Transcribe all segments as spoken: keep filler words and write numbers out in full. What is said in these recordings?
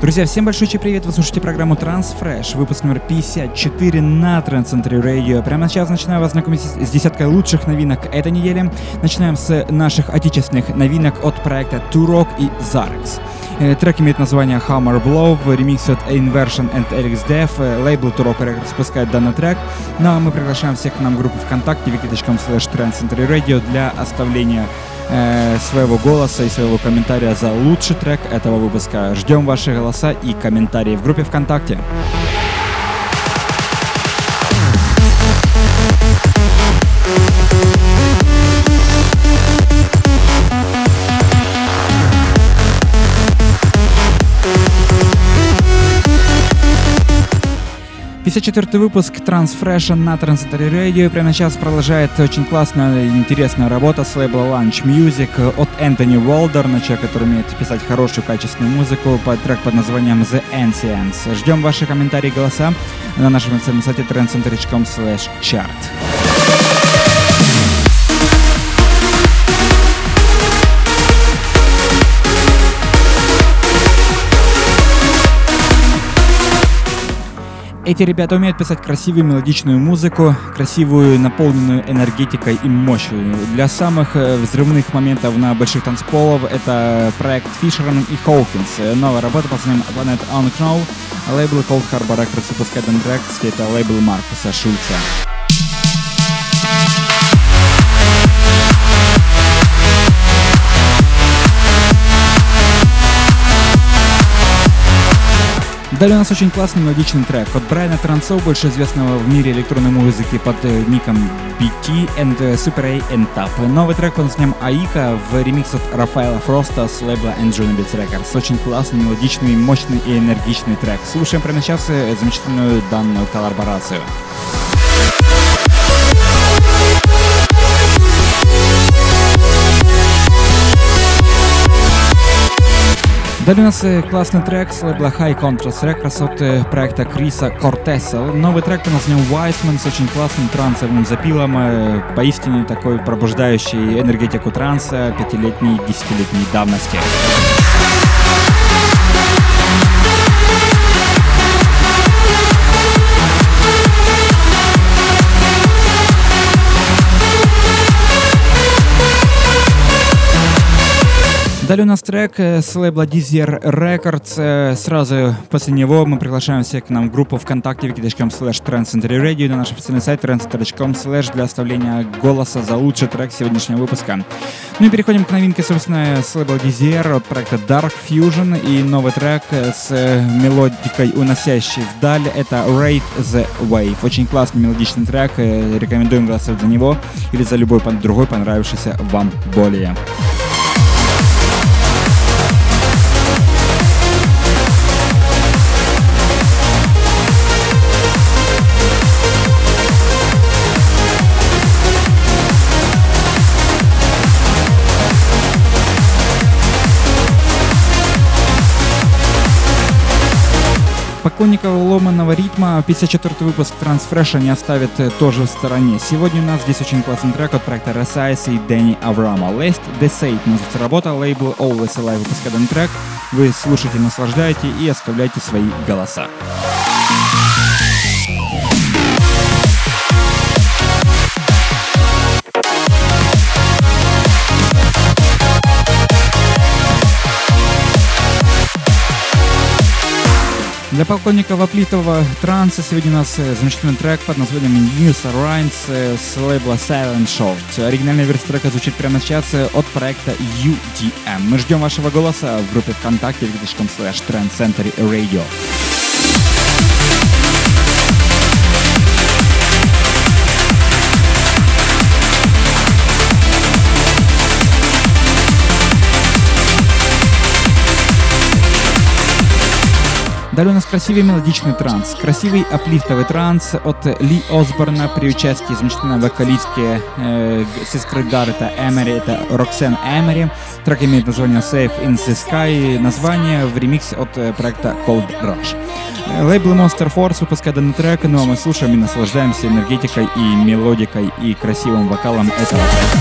Друзья, всем большой привет! Вы слушаете программу Transfresh, выпуск номер пятьдесят четыре на Trend Center Radio. Прямо сейчас начинаю вас знакомить с десяткой лучших новинок этой недели. Начинаем с наших отечественных новинок от проекта Turok и Zarex. Трек имеет название Hammer Blow, ремикс от Inversion and Alex Dev. Лейбл Turok Records спускает данный трек. Ну а мы приглашаем всех к нам в группу ВКонтакте ви ки точка ком слэш тренд центр радио для оставления э, своего голоса и своего комментария за лучший трек этого выпуска. Ждем ваши голоса и комментарии в группе ВКонтакте. пятьдесят четвёртый выпуск Transfresh на Trend Center Radio. Прямо сейчас продолжает очень классная и интересная работа с лейбла Lunch Music от Энтони Уолдерна, человек, который умеет писать хорошую, качественную музыку, под трек под названием The Ancients. Ждем ваши комментарии и голоса на нашем официальном сайте тренд центр точка ком слэш чарт. Эти ребята умеют писать красивую мелодичную музыку, красивую, наполненную энергетикой и мощью. Для самых взрывных моментов на больших танцполов это проект Fisherman и Hawkins. Новая работа под названием Planet Unknown. Лейбл Cold Harbor Records выпускает данный трек, это лейбл Маркуса Шульца. Далее у нас очень классный мелодичный трек от Брайана Транцо, больше известного в мире электронной музыки под ником би ти and Super A and Tap. Новый трек под названием Аика в ремикс от Рафаэла Фроста с лейбла Anjuna Beats Records. Очень классный, мелодичный, мощный и энергичный трек. Слушаем прямо сейчас замечательную данную коллаборацию. Далее у нас классный трек с лейбла High Contrast Records от проекта Криса Кортеса. Новый трек под названием Wiseman с очень классным трансовым запилом, поистине такой пробуждающий энергетику транса пятилетней, десятилетней давности. Далее у нас трек с лейбла Desire Records. Сразу после него мы приглашаем всех к нам в группу ВКонтакте ви ки точка ком слэш тренд центр радио и на наш официальный сайт тренд центр точка ком слэш для оставления голоса за лучший трек сегодняшнего выпуска. Ну и переходим к новинке, собственно, с лейбла Desire от проекта Dark Fusion и новый трек с мелодикой, уносящей вдаль. Это Rate the Wave. Очень классный мелодичный трек. Рекомендуем голосовать за него или за любой другой понравившийся вам более. Поклонников ломаного ритма пятьдесят четвёртый выпуск Transfresh не оставит тоже в стороне. Сегодня у нас здесь очень классный трек от проекта Resize и Дэнни Аврама. Lest Decade называется работа, лейбл Always Alive выпускает данный трек. Вы слушаете, наслаждаете и оставляйте свои голоса. Для поклонников аплитового транса сегодня у нас замечательный трек под названием News Rhymes с лейбла Silent Short. Оригинальная версия трека звучит прямо сейчас от проекта ю ди эм. Мы ждем вашего голоса в группе ВКонтакте ви ки точка ком слэш тренд центр радио. Далее у нас красивый мелодичный транс, красивый аплифтовый транс от Ли Осборна при участии замечательной вокалистки э, сестры Гаррета Эмери, это Роксен Эмери. Трек имеет название Safe in the Sky, название в ремиксе от э, проекта Cold Rush. Лейбл Monster Force выпускает данный трек, ну а мы слушаем и наслаждаемся энергетикой и мелодикой и красивым вокалом этого трека.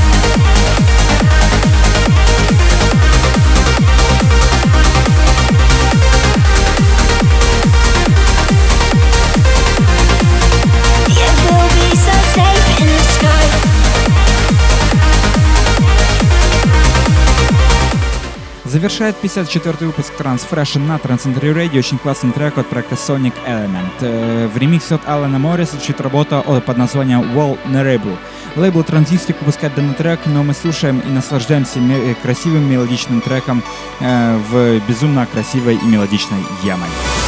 Завершает пятьдесят четвёртый выпуск Transfresh на Trans-Century Radio очень классный трек от проекта Sonic Element. В ремиксе от Алана Морриса звучит работа под названием Vulnerable. Лейбл Transistic выпускает данный трек, но мы слушаем и наслаждаемся красивым мелодичным треком в безумно красивой и мелодичной ямой.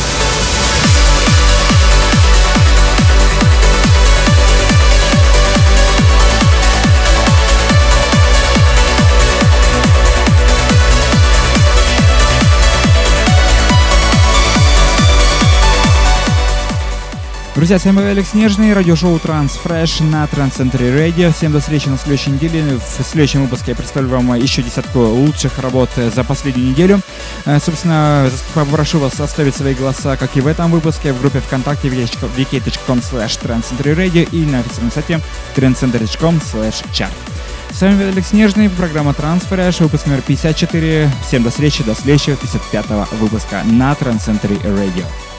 Друзья, с вами был Алекс Нежный, радиошоу Transfresh на Trans-Century Radio. Всем до встречи на следующей неделе. В следующем выпуске я представлю вам еще десятку лучших работ за последнюю неделю. Собственно, попрошу вас оставить свои голоса, как и в этом выпуске, в группе ВКонтакте ви кей точка ком слэш Trans-Century Radio и на официальном сайте трансцентри точка ком слэш чарт. С вами был Алекс Нежный, программа Transfresh, выпуск номер пятьдесят четыре. Всем до встречи, до следующего пятьдесят пятого выпуска на Trans-Century Radio.